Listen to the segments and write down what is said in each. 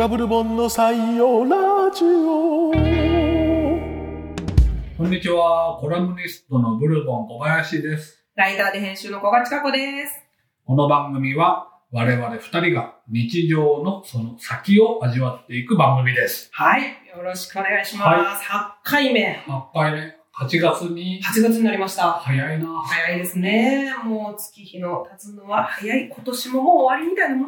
カブルボンの採用ラジオ。 こんにちは、コラムニストのブルボン小林です。 ライターで編集の小賀千佳子です。 この番組は我々二人が日常のその先を味わっていく番組です。 はい、よろしくお願いします。8回目。 8回目。8月になりました。 早いな。 早いですね。もう月日の経つのは早い。今年ももう終わりみたいなもん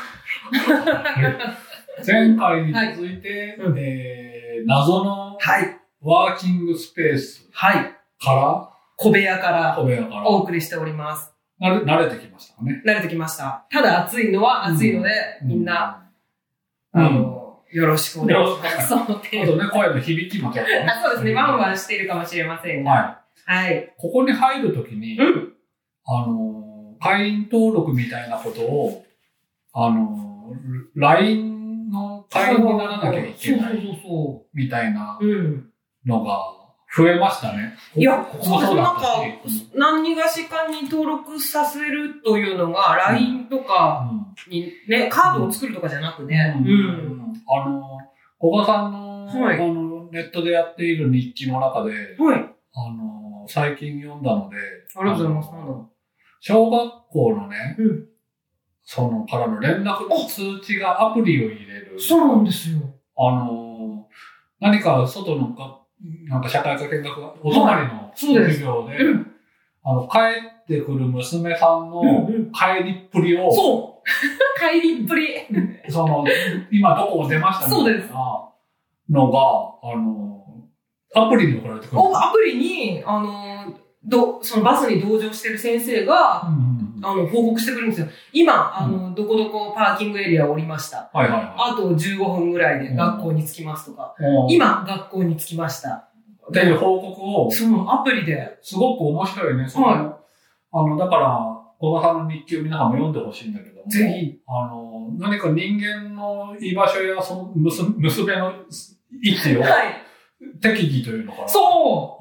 ですよ。 前回に続いて、謎のワーキングスペースから小部屋からお送りしております。 慣れてきましたかね。 慣れてきました。ただ暑いのは暑いので、みんな、よろしくお願いします。あとね、声の響きもちょっとね。 そうですね、ワンワンしているかもしれませんが。はい。 ここに入るときに、会員登録みたいなことを、LINE の会員にならなきゃいけない。みたいなのが増えましたね。 いや、そうなんか、何がしかに登録させるというのが、LINE とかにね、カードを作るとかじゃなくね。 小賀さんの、ネットでやっている日記の中で、最近読んだので、 ありがとうございます。 小学校のね、そのからの連絡の通知がアプリを入れる。 そうなんですよ。 何か外のなんか社会科見学がお泊まりの授業で、帰ってくる娘さんの帰りっぷりを、 そう帰りっぷり今どこを出ましたみたいなのが、アプリに送られてくる。 アプリに、そのバスに同乗してる先生が、報告してくるんですよ。今、どこどこパーキングエリア降りました。あと15分ぐらいで学校に着きますとか。今、学校に着きました。 っていう報告を。 そのアプリで。 すごく面白いね。だから、小賀さんの日記を皆さんも読んでほしいんだけども。 ぜひ。 何か人間の居場所やその娘の位置を、適宜というのかな。 そう。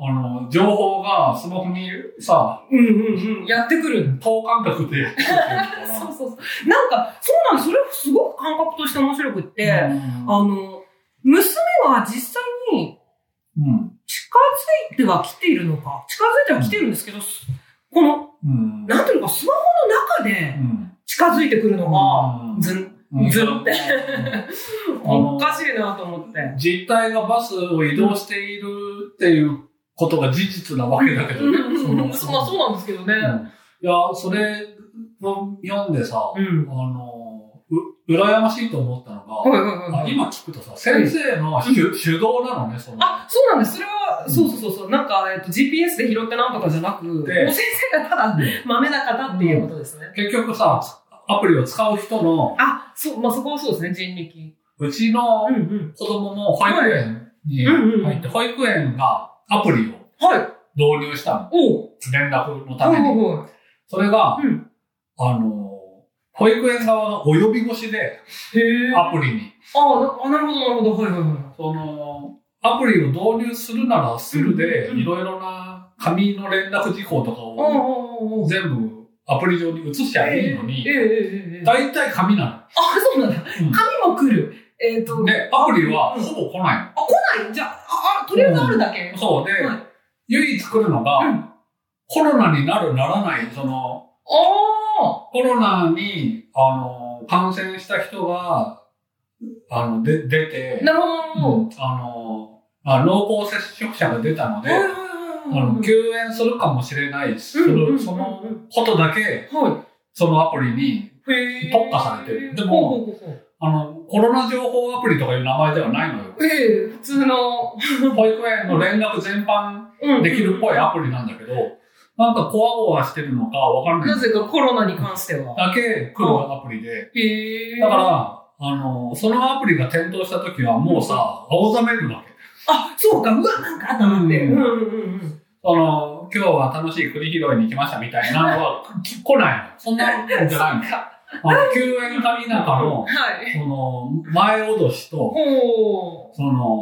情報がスマホにさ、 やってくる。 等間隔でやってくるから。 そう。なんか、そうなんです。それすごく感覚として面白くって、娘は実際に、近づいては来ているのか。近づいては来てるんですけど、この、なんていうのか、スマホの中で近づいてくるのが、ずんっておかしいなと思って。 実態がバスを移動しているっていうことが事実なわけだけどね。 そうなんですけどね。 いや、それを読んでさ、羨ましいと思ったのが、今聞くとさ、先生の主導なのね、 そうなんです。それは、そう。なんか、GPS で拾ってなんとかじゃなく、もう先生がただ、豆な方っていうことですね。 結局さ、アプリを使う人の、 そこはそうですね、人力。 うちの子供も保育園に入って、保育園がアプリを導入したの。連絡のために。それが、保育園側がお呼び越しで、アプリに。 なるほど。 アプリを導入するならするで、いろいろな紙の連絡事項とかを全部アプリ上に移しちゃいいのに、大体紙なの。 そうなんだ。紙も来る。 で、アプリはほぼ来ないの。 来ないじゃあ、とりあえずあるだけ。 そうで、唯一来るのが、コロナになるならない、コロナに、感染した人が、出て、 なるほど。 濃厚接触者が出たので、休園するかもしれないそのことだけ、そのアプリに特化されてる。でも、コロナ情報アプリとかいう名前ではないのよ。 普通の。 保育園の連絡全般できるっぽいアプリなんだけど、なんかコワゴワしてるのかわかんない。 なぜかコロナに関しては。 だけ来るアプリで。だから、そのアプリが点灯した時はもうさ、青ざめるわけ。 そうか、なんかあったなって。 今日は楽しい栗拾いに行きましたみたいなのは来ないの。そんなのじゃないの。救援か否かの、前脅しと、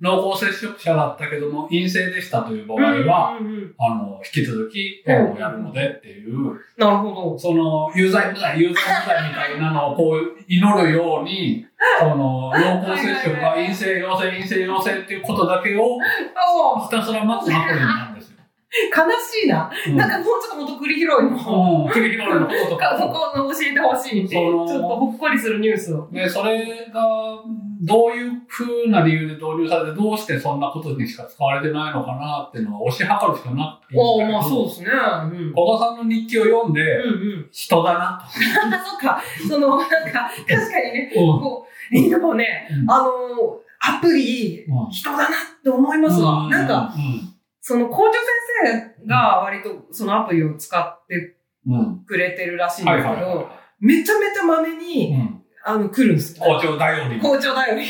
濃厚接触者だったけども、陰性でしたという場合は、引き続き、やるのでっていう、 なるほど。 その、有罪無罪みたいなのをこう、祈るように、その、濃厚接触が陰性陽性っていうことだけを、ひたすら待つアプリなんですよ。 悲しいな。なんかもうちょっと繰り広いの。 繰り広いのこととか。 そこの教えてほしいんで、ちょっとほっこりするニュースを。 で、それが、どういう風な理由で導入されて、どうしてそんなことにしか使われてないのかなっていうのは推し量るしかなくていいんだけど。 まあそうですね。 古賀さんの日記を読んで、人だなと。 そっか。なんか、確かにね、こう、でもね、アプリ、人だなって思いますわ。なんか、その校長先生が割とそのアプリを使ってくれてるらしいんですけど、めちゃめちゃまめに、来るんですよ。 校長頼りが。 で、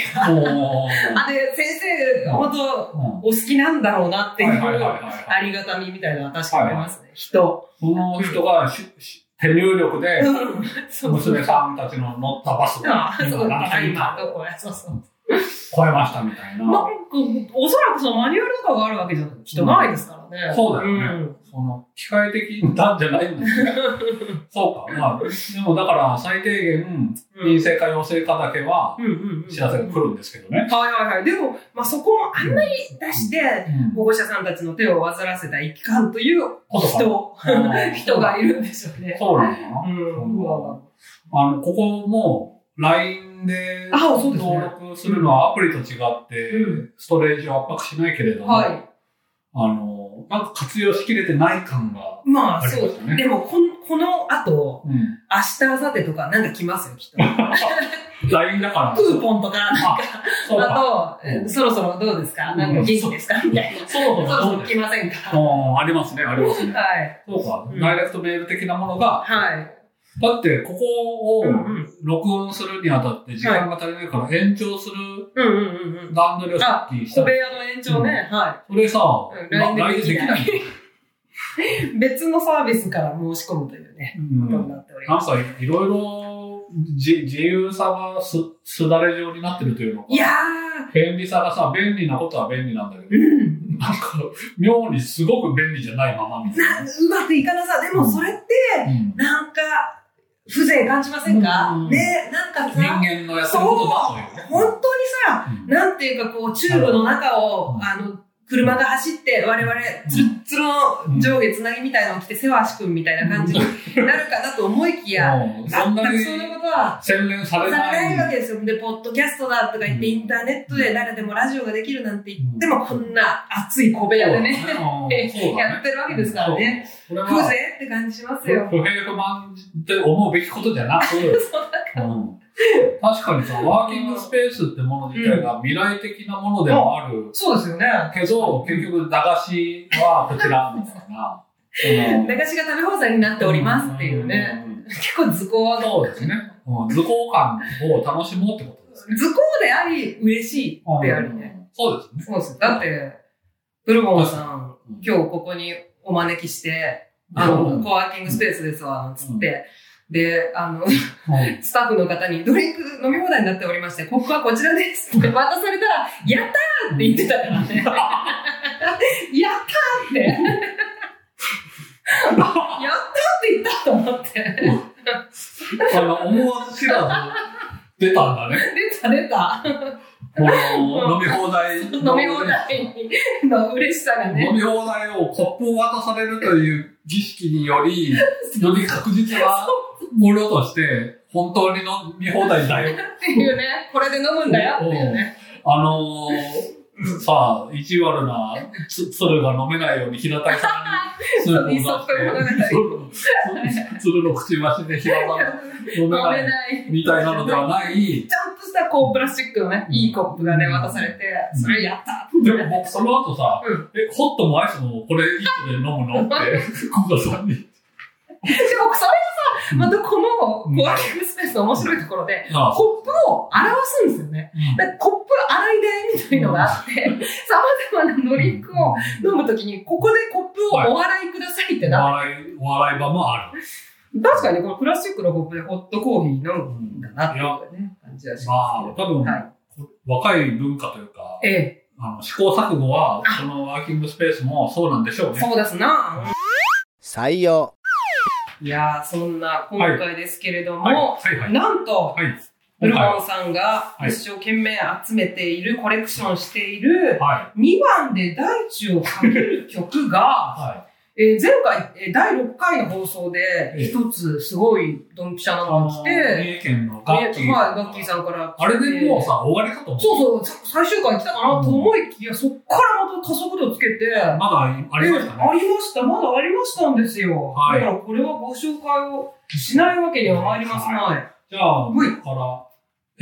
先生、本当お好きなんだろうなっていう、ありがたみみたいなのは確かにありますね。人。 その人が手入力で、娘さんたちの乗ったバスが、超えましたみたいな。 おそらくそのマニュアルとかがあるわけじゃないですからね。 そうだよね。その、機械的なんじゃないんだよね。そうか。まあ、でもだから最低限、陰性か陽性かだけは、知らせが来るんですけどね。 はい。でも、まあそこをあんまり出して、保護者さんたちの手を煩わせたらいかんという人がいるんでしょうね。 そうなのかな。ここも、LINE で登録するのはアプリと違って、ストレージを圧迫しないけれども、なんか活用しきれてない感がありますよね。 そう。でも、この後、明日、明後日とかなんか来ますよ、きっと。 LINE だから。 クーポンとか、なんか、あと、そろそろどうですかなんか元気ですかみたいな。そろそろ来ませんかありますね。はい。そうか。ダイレクトメール的なものが、だって、ここを録音するにあたって時間が足りないから延長する段取りをさっきした。 小部屋の延長ね。 それさ、LINE でできない。 別のサービスから申し込むというね、ことになっております。 なんか、いろいろ自由さがすだれ状になってるというのか。 いや便利さがさ、便利なことは便利なんだけど、なんか、妙にすごく便利じゃないままみたいな。 うまくいかなさ。でもそれって、なんか、風情感じませんかね、なんかさ。 人間のやってることだというね。 本当にさ、なんていうかこう、チューブの中を、車が走って、我々、つるつるの上下つなぎみたいなのを着て、せわしくんみたいな感じになるかなと思いきや、 そんなにそんなことは、 洗練されないわけですよ。で、ポッドキャストだとか言って、インターネットで誰でもラジオができるなんて言っても、こんな熱い小部屋でね、やってるわけですからね。風情って感じしますよ。 不平不満って思うべきことじゃなく、確かにさ、ワーキングスペースってもの自体が未来的なものでもある。 そうですよね。 けど、結局、駄菓子はこちら、みたいな。 駄菓子が食べ放題になっておりますっていうね。結構図工そうですね。図工感を楽しもうってことですね。 図工であり、嬉しいでありね。 そうですね。 そうです。だって、ブルボンさん、今日ここにお招きして、コワーキングスペースですわ、つって。で、スタッフの方にドリンク飲み放題になっておりまして、ここはこちらですって渡されたら、やったーって言ってたからね。やったーって。やったーって言ったと思って。 思わず知らず、出たんだね。 出た。 飲み放題の嬉しさがね。 飲み放題をコップを渡されるという儀式により確実なものとして、本当に飲み放題だよ。 っていうね、これで飲むんだよっていうね。 さあ、意地悪な鶴が飲めないように平たいさんにスープを出して鶴のくちばしで平たい飲めないみたいなのではない。 ちゃんとしたプラスチックのね、いいコップがね、渡されて、それやったでも僕その後さ、ホットもアイスもこれ一個で飲むのって、小田さんに。 でもそれがさ、またこのコワーキングスペースの面白いところで、コップを洗わすんですよね。コップ洗い台みたいのがあって、様々なドリンクを飲むときに、ここでコップをお洗いくださいってなって。 お洗い場もある。 確かにこのプラスチックのコップでホットコーヒー飲むんだなっていうね、感じはしますけど。 多分、若い文化というか、 試行錯誤は、そのワーキングスペースもそうなんでしょうね。 そうですな。 採用。 いやー、そんな今回ですけれども、なんと、ブルボンさんが一生懸命集めている、コレクションしている、2番で大地をかける曲が、前回、第6回の放送で、一つすごいドンピシャなのが来て、 三重県のガッキー。 ガッキーさんから来て。 あれでもうさ、終わりかと思う。 そうそう、最終回来たかなと思いきや、そっからまた加速度つけて、 まだありましたね。 ありました、まだありましたんですよ。だからこれはご紹介をしないわけには参りますまい。 じゃあ、これから、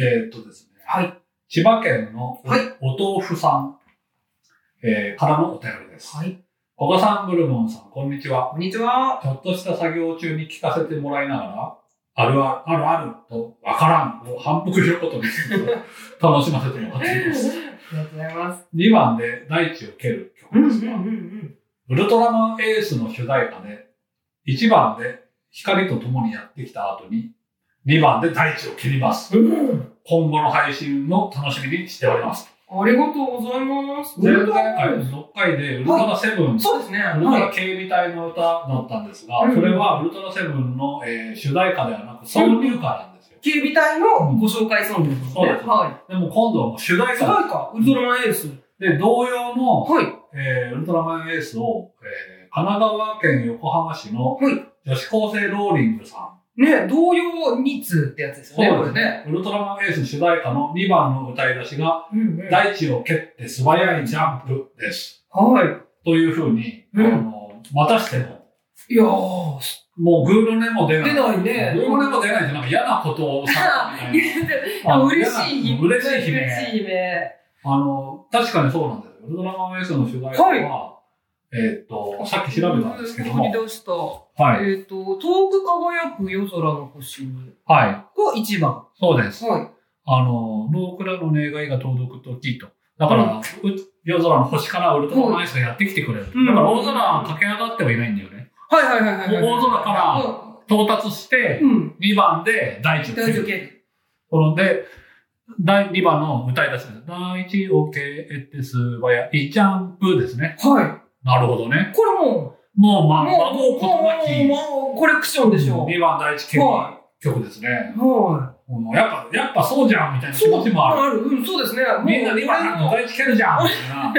ですね。千葉県のお豆腐さん、からのお便りです。小賀さん、ブルボンさん、こんにちは。 こんにちは。 ちょっとした作業中に聞かせてもらいながら、あると、わからんを反復することにすると楽しませてもらっています。 ありがとうございます。 2番で大地を蹴る曲ですが、ウルトラマンエースの主題歌で、1番で光と共にやってきた後に、2番で大地を蹴ります。今後の配信の楽しみにしております。 ありがとうございます。 前回の6回でウルトラセブン、 そうですね。 ウルトラ警備隊の歌だったんですが、それはウルトラセブンの、主題歌ではなく挿入歌なんですよ。 警備隊のご紹介ソングですね。 そうです。でも今度は主題歌。 主題歌、ウルトラマンエース。 で、同様の、ウルトラマンエースを、神奈川県横浜市の女子高生ローリングさん。 ね、同様2通ってやつですよね、これね。 ウルトラマンエース主題歌の2番の歌い出しが、大地を蹴って素早いジャンプです。というふうに、またしても。 いやー、 もうグーの音も出ない。 出ないね。 グーの音も出ないってなんか嫌なことをさ、 みたいな。嬉しい悲鳴。 嬉しい悲鳴。確かにそうなんですよ。ウルトラマンエースの主題歌は、さっき調べたんですけども。 出した。遠く輝く夜空の星に。が1番。 そうです。僕らの願いが届くときと。だから、夜空の星からウルトラマンエースがやってきてくれる。だから大空駆け上がってはいないんだよね。大空から到達して、2番で大地を蹴る。で、第2番の歌い出しです。大地を蹴って素早いジャンプですね。なるほどね。 これもう、 孫うことなき。 コレクションでしょ。 2番第一警備曲ですね。やっぱそうじゃんみたいな気持ちもある。 そうですね。 みんな2番の第一蹴るじゃんみたいな。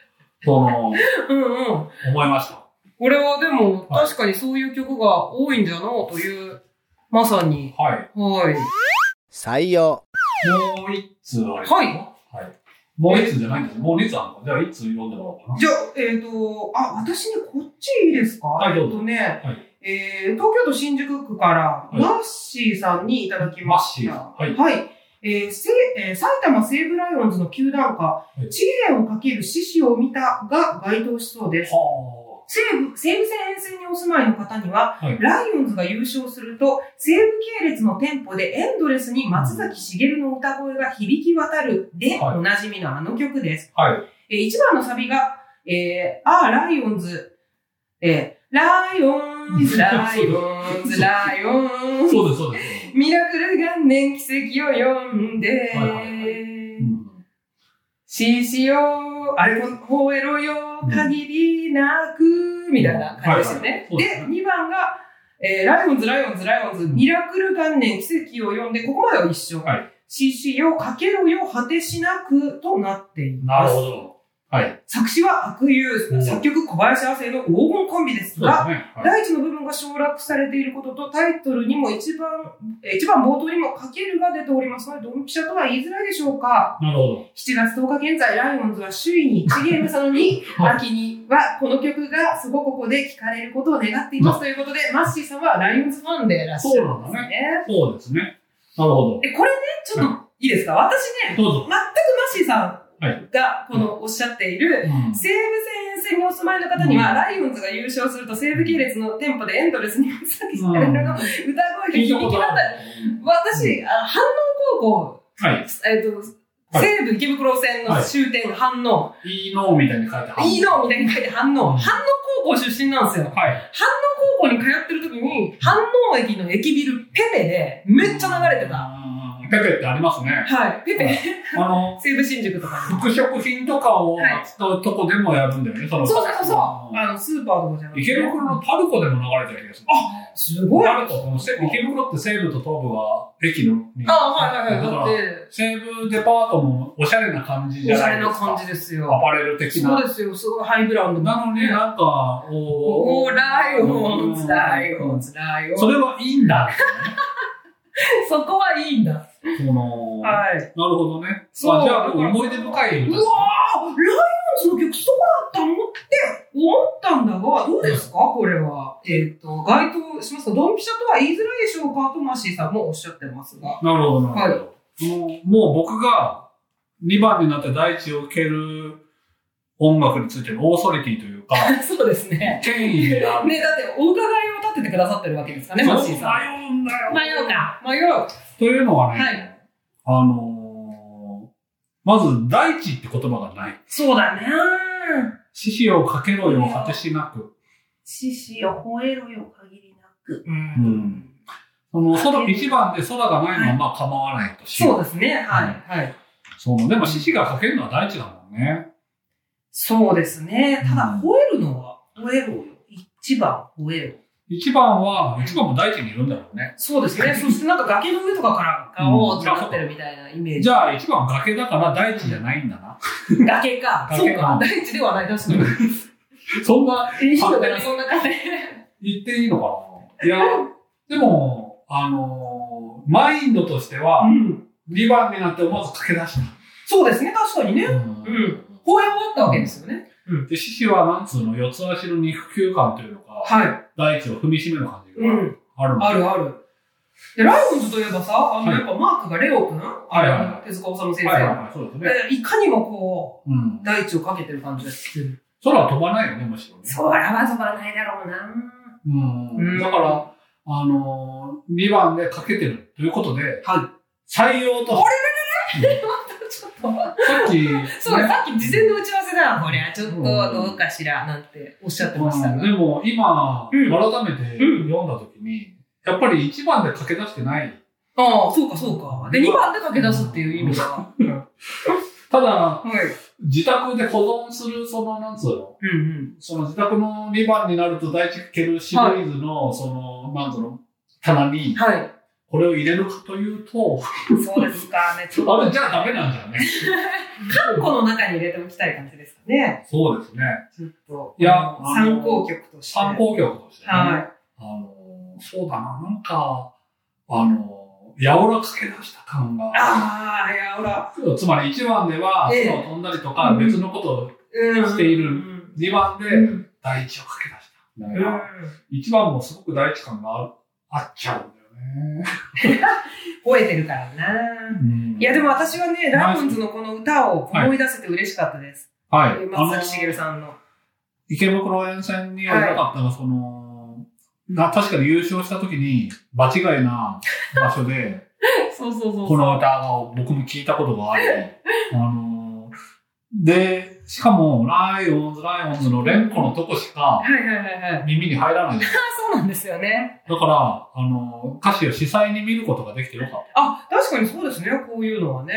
思いました。 これはでも、確かにそういう曲が多いんじゃのうという、まさに。 採用。 もう一通ありますか？もう一つじゃないんです。もう2つあるのか。じゃあ1つ読んでもらおうかな。 じゃあ、私ね、こっちいいですか？ どうぞ。 東京都新宿区から、マッシーさんにいただきました。埼玉西武ライオンズの球団歌、地平をかける獅子を見たが該当しそうです。西武線沿線にお住まいの方には、ライオンズが優勝すると、西武系列の店舗でエンドレスに松崎しげるの歌声が響き渡るで、おなじみのあの曲です。1番のサビが、ライオンズ、ライオンズ、ライオンズ、ライオンズ。 そうです、そうです。 ミラクル元年奇跡を読んで、獅子よ、あれも、吠えろよ、限りなく、みたいな感じですよね。で、2番が、ライオンズ、ライオンズ、ライオンズ、ミラクル元年奇跡を読んで、ここまでは一緒。獅子よ、かけろよ、果てしなくとなっています。 なるほど。 作詞は悪友、作曲小林亜生の黄金コンビですが、第一の部分が省略されていることと、タイトルにも一番冒頭にもかけるが出ておりますので、ドンピシャとは言いづらいでしょうか。 なるほど。 7月10日現在、ライオンズは首位に1ゲーム差の2、秋にはこの曲がすごここで聴かれることを願っていますということで、マッシーさんはライオンズファンでいらっしゃるんですね。 そうですね。なるほど。 これね、ちょっといいですか？私ね、全くマッシーさん、が、このおっしゃっている、西武線沿線にお住まいの方には、ライオンズが優勝すると西武系列の店舗でエンドレスに松崎しげるの歌声が響き渡る。私、飯能高校、西武池袋線の終点、飯能。 いいのみたいに書いて飯能みたいに書いて飯能。飯能高校出身なんですよ。飯能高校に通ってる時に、飯能駅の駅ビルペペでめっちゃ流れてた。 ペペってありますね。 はい。ペペ。西武新宿とかに。 服飾品とかを扱うとこでもやるんだよね。 そう。スーパーとかじゃなくて。 池袋のパルコでも流れた気がする。 あ、すごい。 パルコ、池袋って西武と東武が駅のに。 はい。 だから、西武デパートもおしゃれな感じじゃないですか。 おしゃれな感じですよ。 アパレル的な。 そうですよ。すごいハイブランド。 なのになんか、 ライオンズ。 それはいいんだ。 そこはいいんだ。 はい。なるほどね。 そう。 じゃあ、思い出深い。 うわー、ライオンズの曲そうだったのって思ったんだが、どうですかこれは。該当しますか？ドンピシャとは言いづらいでしょうかとマシーさんもおっしゃってますが。 なるほど、なるほど。もう僕が2番になって第一を受ける音楽についてのオーソリティというか、 そうですね。 権威である。 ね、だってお伺いを立ててくださってるわけですかね、マシーさん。 迷うんだよ。 迷う。 というのはね、 はい、 まず、大地って言葉がない。 そうだね。 獅子をかけろよ、果てしなく。 獅子を吠えろよ、限りなく。 一番で空がないのはまあ構わないとしよう。 そうですね、はい。 でも獅子がかけるのは大地だもんね。 そうですね。ただ、吠えるのは、吠えろよ。一番吠えろ。 一番も大地にいるんだろうね。 そうですね。そしてなんか崖の上とかからガオーってなってるみたいなイメージ。 じゃあ一番は崖だから大地じゃないんだな。 崖か。そうか。大地ではない。確かに。 そんな、 いいのかな、そんな感じ。 言っていいのかな。いや、でも、マインドとしては、2番になって思わず駆け出した。 そうですね、確かにね。吠え終わったわけですよね。 で、獅子はなんつうの、四つ足の肉球感というのか、大地を踏みしめる感じがあるの。 ある。で、ライオンズといえばさ、やっぱマークがレオくん手塚治虫先生。 そうですね。 いかにもこう、大地をかけてる感じがする。 空は飛ばないよね、むしろね。 空は飛ばないだろうな。 だから、2番でかけてるということで、採用と。 ちょっと。さっき事前の打ち合わせだわ、これは。ちょっとどうかしら、なんておっしゃってましたが。 でも今、改めて読んだときに、やっぱり1番で駆け出してない。 ああ、そうか。で、2番で駆け出すっていう意味が。 ただ、自宅で保存する、なんつうの、その自宅の2番になると第一ケルシリーズの、なんつうの、棚に、これを入れるかというと、 そうですかね。 あれじゃあダメなんじゃね。 カンコの中に入れておきたい感じですかね。 そうですね。 ちょっと。 いや、 参考曲として。 そうだな、なんか、やおらかけ出した感が。 やおら。 つまり1番では空を飛んだりとか別のことをしている。2番で第一をかけ出した。1番もすごく第一感があっちゃうんだよね。 吠えてるからな。いやでも私はね、ライオンズのこの歌を思い出せて嬉しかったです。松崎しげるさんの。 池袋沿線にはいなかったが、確かに優勝した時に場違いな場所で、この歌を僕も聞いたことがあり、で、しかも、ライオンズの連呼のとこしか、耳に入らない。 そうなんですよね。 だから、歌詞を実際に見ることができてよかった。 確かにそうですね、こういうのはね。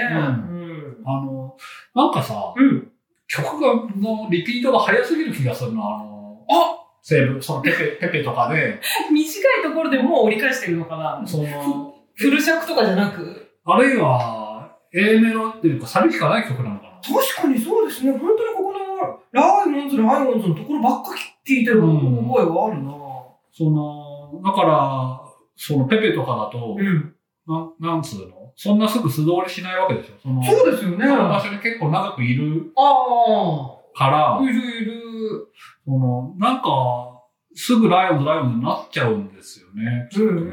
なんかさ、曲のリピートが早すぎる気がするな、西部、ペペとかで。 短いところでもう折り返してるのかな。フル尺とかじゃなく。 あるいは、A メロっていうか、サビしかない曲なのかな。 確かにそうですね。本当にここの、ライオンズのところばっか聞いてる覚えはあるな。だから、ペペとかだと、なんつうの、そんなすぐ素通りしないわけでしょ。 そうですよね。 その場所に結構長くいる。から、 いる。 なんか、すぐライオンズになっちゃうんですよね。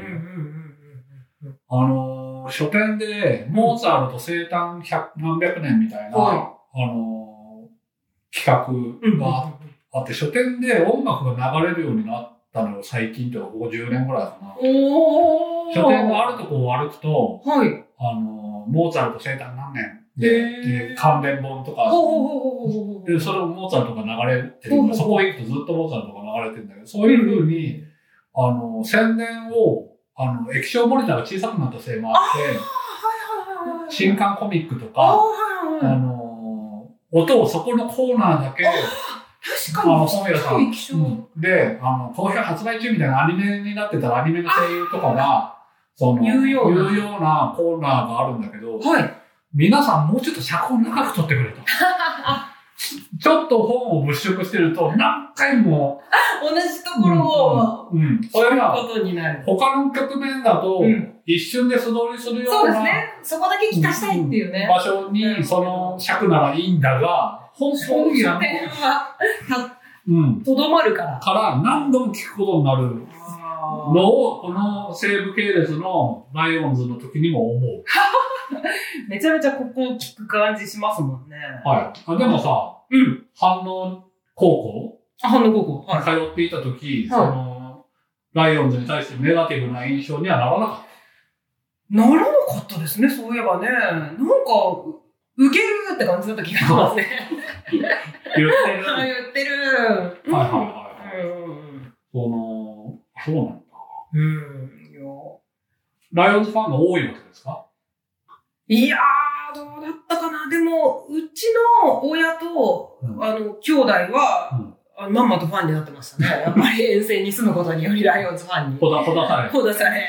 書店で、モーツァルト生誕何百年みたいな、企画があって、書店で音楽が流れるようになったのよ、最近というか、50年ぐらいかな。書店のあるとこを歩くと、モーツァルト生誕何年で、関連本とか、で、それをモーツァルトが流れてるから、そこへ行くとずっとモーツァルトが流れてるんだけど、そういう風に、宣伝を、液晶モニターが小さくなったせいもあって、 新刊コミックとか、音をそこのコーナーだけ、 確かに。 本屋さん。で、好評発売中みたいなアニメになってたらアニメの声優とかが、言うようなコーナーがあるんだけど、皆さんもうちょっと尺を長く取ってくれと。ちょっと本を物色してると何回も同じところを、 それが他の局面だと一瞬で素通りするような、 そうですね。そこだけ聞かしたいっていうね。 場所にその尺ならいいんだが、本屋のとどまるから何度も聞くことになるのを、この西部系列のライオンズの時にも思う。 めちゃめちゃここを聞く感じしますもんね。 はい。でもさ、飯能高校通っていた時、ライオンズに対してネガティブな印象にはならなかった。 ならなかったですね、そういえばね。なんか、ウケるって感じだった気がしますね。 言ってる。 そうなんだ。ライオンズファンが多いわけですか？ いやー、どうだったかな。でも、うちの親と、兄弟は、まんまとファンになってましたね。やっぱり遠征に住むことによりライオンズファンに。 ほだされ。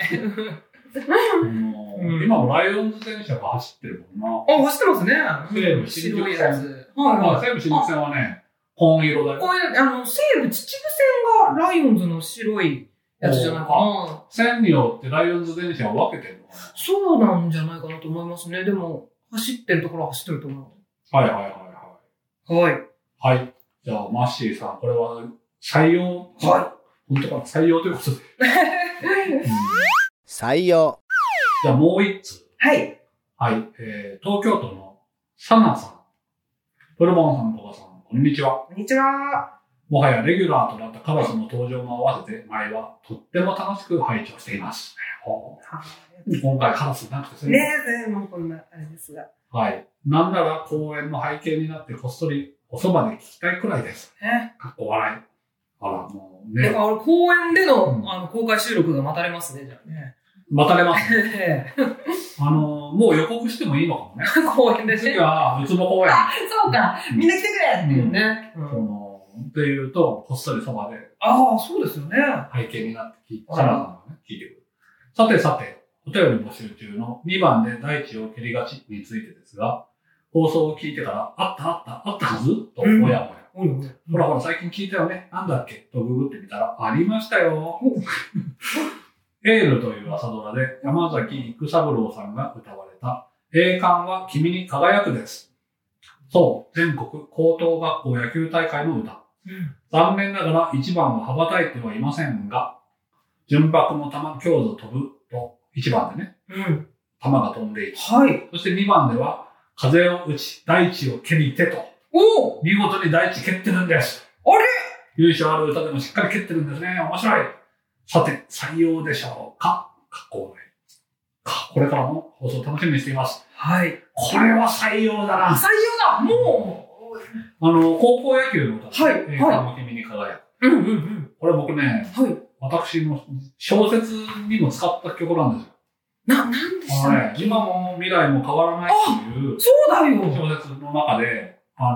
今もライオンズ電車が走ってるもんな。 走ってますね。 西武新宿線。西武新宿線はね、紺色だよ。 西武秩父線がライオンズの白いやつじゃないかな。 線によってライオンズ電車を分けてるのかな？ そうなんじゃないかなと思いますね。でも、走ってるところは走ってると思う。 はい。 はい。 じゃあ、マッシーさん、これは採用？本当かな？採用ということで。 採用。 じゃあ、もう一つ。 はい。 東京都のサナさん。プルボンさん、コバさん、こんにちは。 こんにちは。 もはやレギュラーとなったカラスの登場も合わせて、前はとっても楽しく拝聴しています。今回カラスなくてねえ、もうこんなあれですが。 はい。なんなら公演の背景になってこっそりおそばで聞きたいくらいです。かっこ笑い。もうね。 公演での、公開収録が待たれますね、じゃあね。 待たれますね。もう予告してもいいのかもね。 公演でね。 次は、うつぼ公演。 そうか。みんな来てくれっていうね。 っていうと、こっそりそばで。 そうですよね。 背景になって聞いてくる。さて、お便り募集中の2番で大地を蹴りがちについてですが、放送を聞いてから、あったはずと、もやもや。ほら、最近聞いたよね。なんだっけとググってみたら、ありましたよ。エールという朝ドラで山崎育三郎さんが歌われた栄冠は君に輝くです。そう、全国高等学校野球大会の歌。残念ながら1番は羽ばたいてはいませんが、純白の玉強度飛ぶと1番でね、玉が飛んでいく。そして2番では風を打ち大地を蹴りてと。見事に大地蹴ってるんです。由緒ある歌でもしっかり蹴ってるんですね。面白い。さて、採用でしょうか？これからも放送楽しみにしています。これは採用だな。 採用だ！もう高校野球の歌。栄冠は君に輝く。これ僕ね、私の小説にも使った曲なんですよ。 なんでしたっけ？ 今も未来も変わらないという小説の中で、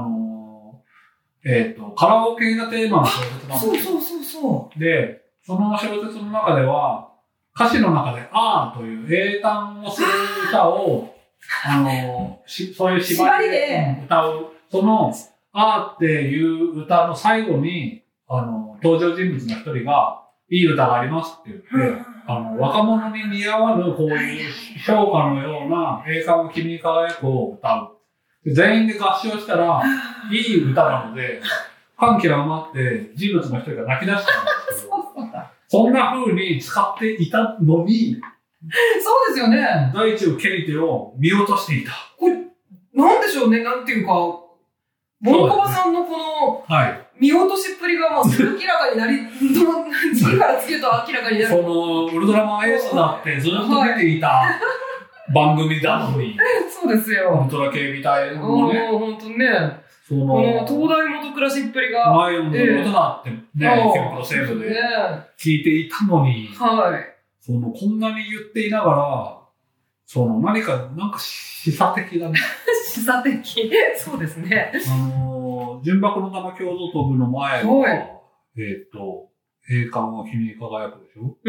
カラオケがテーマの小説なんですよ。 そう。 で、その小説の中では、歌詞の中で、という英単をする歌を、そういう縛りで歌う、その、っていう歌の最後に、登場人物の一人が、いい歌がありますって言って、若者に似合わぬこういう評価のような栄冠を君に輝くを歌う。全員で合唱したら、いい歌なので、歓喜の余って人物の一人が泣き出したんですけど、そんな風に使っていたのに、 そうですよね。 大地を蹴り手を見落としていた。 これ、なんでしょうね、なんていうか、ボンコバさんのこの、見落としっぷりがもう明らかになり、次から次へと明らかになる。 その、ウルトラマンエースだってずっと出ていた番組なのに。 そうですよ。 ウルトラ系みたいなのね。 ほんとね。この東大元暮らしっぷりが。 マイオンのことだってね、池袋西部で聞いていたのに、こんなに言っていながら、 何か、示唆的だね。 示唆的。そうですね。 純白の玉共同部の前は、栄冠は君に輝くでしょ？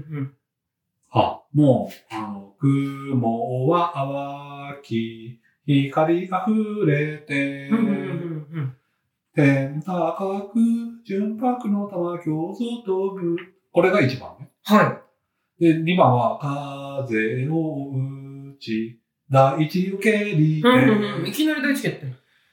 もう、雲は淡き、光あふれて、天高く純白の玉共同部。これが1番ね。 はい。 で、2番は、風を打ち、大地受け入れ。 いきなり大地受けって。 い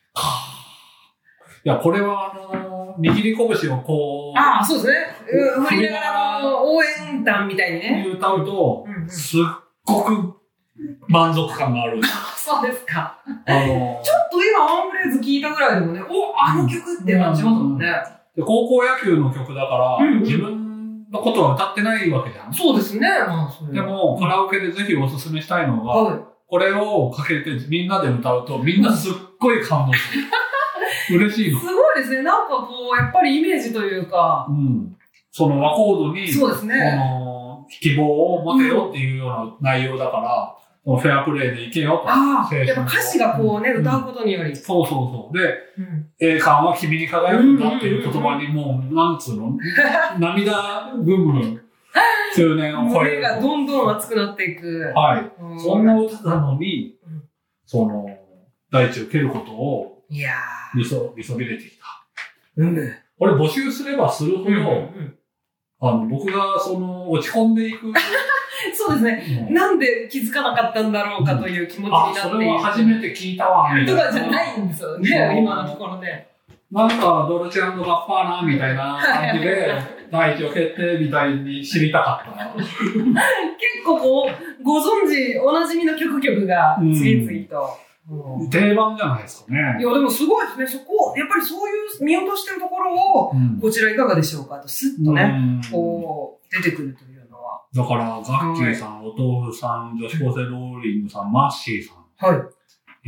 や、これは握り拳をこう。 そうですね。振りながら応援団みたいにね。 歌うと、すっごく満足感がある。 そうですか。ちょっと今ワンフレーズ聞いたぐらいでもね、あの曲って感じますもんね。 で高校野球の曲だから、自分のことは歌ってないわけじゃん。 そうですね。 でも、カラオケでぜひおすすめしたいのが、これをかけてみんなで歌うと、みんなすっごい感動する。嬉しいの。 すごいですね。やっぱりイメージというか。 その和コードに、 そうですね。 希望を持てよっていうような内容だから、フェアプレイでいけよと。 やっぱ歌詞が歌うことにより。 そう。で、栄冠は君に輝くんだっていう言葉にもう、なんつうの涙ぐむ中年を超える。 胸がどんどん熱くなっていく。 はい。そんな歌なのに、大地を蹴ることを、見そびれてきた。これ募集すればするほど、僕が落ち込んでいく。 そうですね。なんで気づかなかったんだろうかという気持ちになっている。 それは初めて聞いたわ、みたいな。 とかじゃないんですよね、今のところで。 ドルチェ&ガッパーナみたいな感じで、大地を蹴ってみたいに知りたかった。 結構ご存知、おなじみの曲が次々と。 定番じゃないですかね。 いや、でもすごいですね。そこ、やっぱりそういう見落としてるところを、こちらいかがでしょうかと、スッとね、出てくるというのは。 だから、ガッキーさん、お父さん、女子高生ローリングさん、マッシーさん。 はい。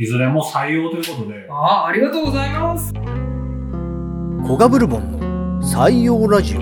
いずれも採用ということで。 ありがとうございます。 コガブルボンの採用ラジオ。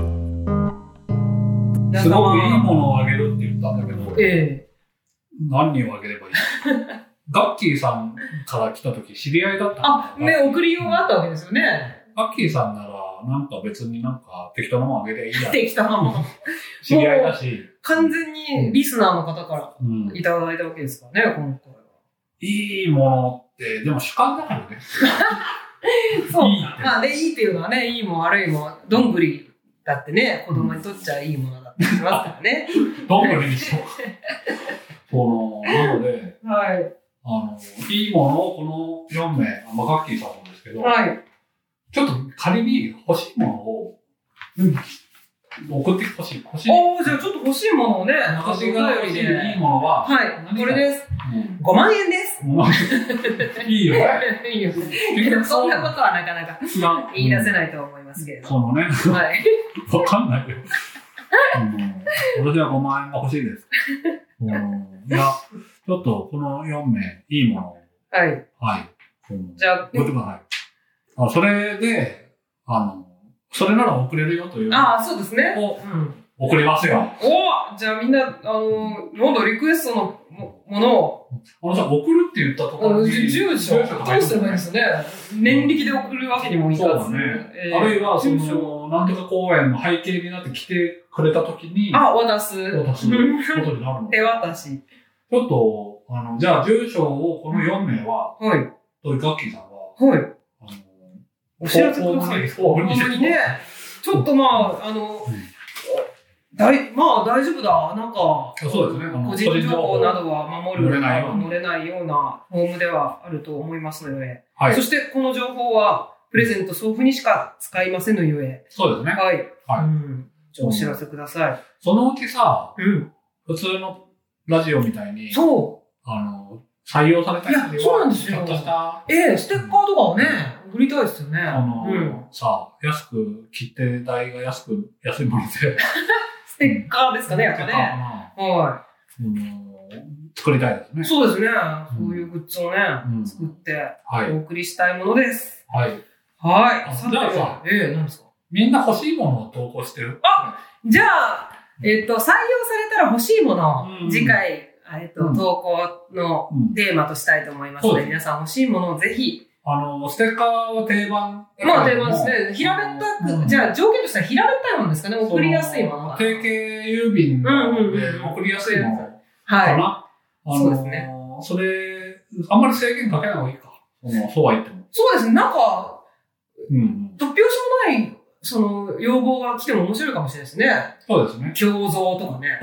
すごくいいものをあげるって言ったんだけど、何人をあげればいいガッキーさんから来た時知り合いだったんだ。 送りようがあったわけですよね。 ガッキーさんなら、別に適当なもんあげていいや。 適当なもん。 知り合いだし。 完全にリスナーの方からいただいたわけですからね、今回は。 いいものって、でも主観だからね。 そう。いいっていうのはね、いいも悪いも、どんぐりだってね、子供にとっちゃいいものだったりしますからね。 どんぐりにしよう。なので、いいものをこの4名、ガッキーさんなんですけど、ちょっと仮に欲しいものを、送ってほしい。じゃあちょっと欲しいものをね、 私が欲しいいいものは、 これです。5万円です。 いいよね。 いいよね。そんなことはなかなか言い出せないと思いますけれど。 わかんないよ。私は5万円が欲しいです。いや、ちょっとこの4名、いいものを。じゃあ、ご覧ください。それで、それなら送れるよという。 そうですね。 送りますよ。 じゃあみんな、リクエストのものを。 送るって言ったところに。 住所。どうすればいいんですよね。年力で送るわけにもいかず。 そうだね。あるいは、なんとか公演の背景になって来てくれたときに。 渡す。 ことになるの。 手渡し。 ちょっと、じゃあ住所をこの4名は、ガッキーさんは、 お知らせください。本当にね。ちょっと大丈夫だ。 そうですね。 個人情報などは守る、乗れないようなフォームではあると思いますので。そして、この情報は、プレゼント送付にしか使いませんのゆえ。 そうですね。 じゃあ、お知らせください。 そのうちさ、普通のラジオみたいに、採用された人には、 そうなんですよ。ステッカーとかをね、売りたいですよね。 安く、切手代が安いもので。 ステッカーですかね、やっぱね。 作りたいですね。 そうですね。そういうグッズをね、作って、お送りしたいものです。 じゃあさ、 何ですか？ みんな欲しいものを投稿してる。 じゃあ、採用されたら欲しいものを、次回、 投稿のテーマとしたいと思いますので、皆さん欲しいものをぜひ。 ステッカーは定番。 まあ定番ですね。平べったく、じゃあ条件としては平べったいものですかね。送りやすいもの。 定型郵便で送りやすいものかな。 そうですね。 それ、あんまり制限かけない方がいいか。そうは言っても。 そうですね。なんか、突拍子もない、要望が来ても面白いかもしれないですね。 そうですね。 胸像とかね。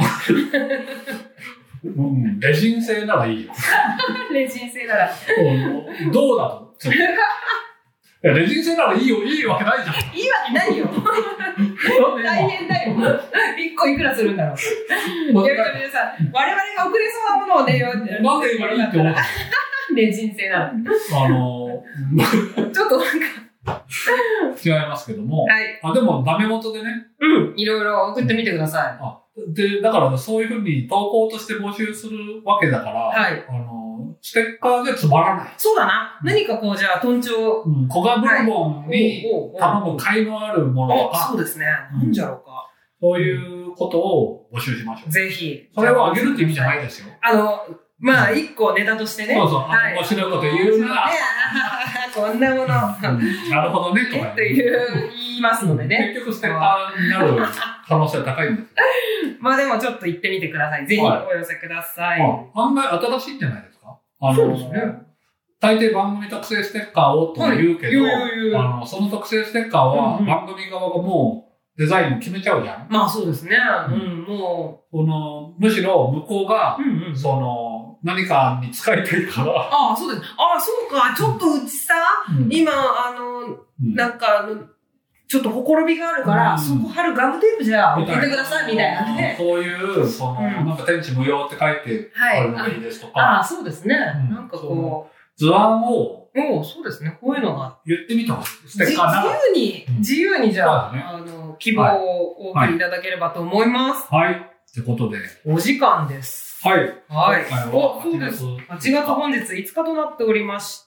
レジン製ならいいよ。 レジン製なら。 どうだと。レジン製ならいいわけないじゃん。 いいわけないよ。大変だよ。1個いくらするんだろう。皆さん、我々が送れそうなものをね、 なんで今いいって思ったレジン製なら。ちょっとなんか。 違いますけども。 はい。 でも、ダメ元でね。 いろいろ送ってみてください。で、だからそういうふうに投稿として募集するわけだから、 はい。 ステッカーでつまらない。 そうだな。何かじゃあ、トンチョウ。 コガブルボンに頼む甲斐のあるものとか。 そうですね。なんじゃろうか。 そういうことを募集しましょう。 ぜひ。 それをあげるって意味じゃないですよ。 まあ、一個ネタとしてね。 そうそう。面白いこと言うなら。 こんなもの。なるほどね、とか。 って言いますのでね。 結局ステッカーになる可能性は高いんです。 まあでもちょっと言ってみてください。ぜひお寄せください。 案外新しいんじゃないですか？ そうですね。 大抵番組特製ステッカーをと言うけど、その特製ステッカーは番組側がもうデザインを決めちゃうじゃん。 まあそうですね。もう。むしろ向こうが、何かに使いたいから。 そうです。そうか。ちょっとうちさ、今、なんか、ちょっとほころびがあるから、そこ貼るガムテープじゃ送ってくださいみたいなね。 そういう、なんか天地無用って書いてあるのがいいですとか。 そうですね。なんか図案を、 そうですね。こういうのが。 言ってみてほしい。ステッカーなら。 自由にじゃあ、希望をお送りいただければと思います。 はい。ってことで。 お時間です。 はい。 はい。そうです。8月本日5日となっておりまして、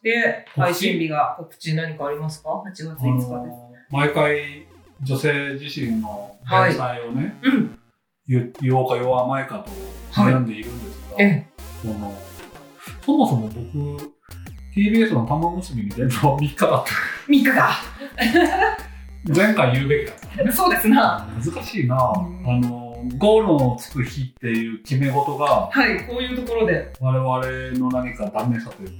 配信日が告知何かありますか？ 8月5日です。 毎回女性自身の連載をね、言おうか言わないかと悩んでいるんですが、そもそも僕、TBS の玉結びに出るのは3日だった。 3日か。 前回言うべきだったね。 そうですな。 難しいな。5のつく日っていう決め事が、 こういうところで我々の何かダメさという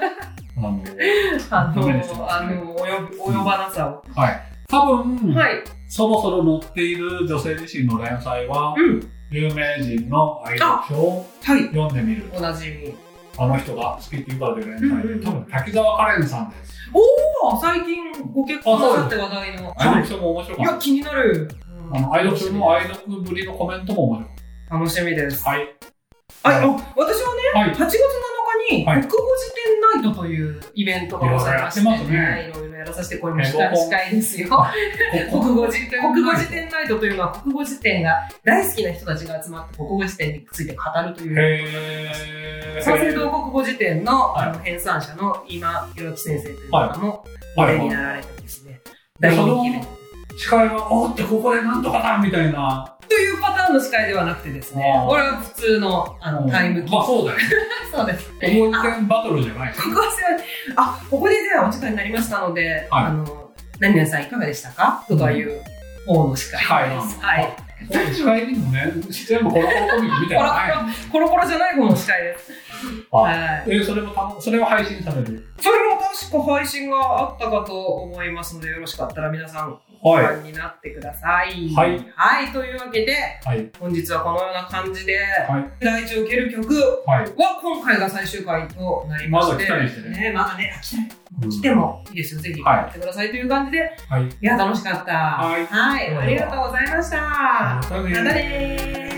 か、ダメにしてますね。 及ばなさを。 多分、そろそろ載っている女性自身の連載は、有名人の愛読書を読んでみる。 おなじみ。 あの人が好きって言うからで連載で、多分滝沢カレンさんです。 最近ご結婚なさって話題の。 愛読書も面白かった。 いや、気になる。 愛読書の愛読ぶりのコメントも面白かった。 楽しみです。 はい。 私はね、8月7日に、国語辞典ナイトというイベントがございまして、いろいろやらさせてこいました。司会ですよ。国語辞典ナイトというのは、国語辞典が大好きな人たちが集まって国語辞典について語るという。三省堂国語辞典の編纂者の今弘樹先生という方もお出になられてですね、大人気イベントです。 司会は、おってここでなんとかだみたいな。 というパターンの司会ではなくてですね、これは普通のタイムキープ。 まあそうだよね。 そうです。 国語辞典バトルじゃない。 ここでじゃあお時間になりましたので、何々さんいかがでしたかとかいう方の司会です。 司会にもね、全部コロコロコミックみたいな。 コロコロじゃない方の司会です。 それは配信される？ それも確か配信があったかと思いますので、よろしかったら皆さんご覧になってください。はい。というわけで、本日はこのような感じで、第一を受ける曲は今回が最終回となりまして、まだね、来てもいいですよ。ぜひやってくださいという感じで、いや、楽しかった。ありがとうございました。またね。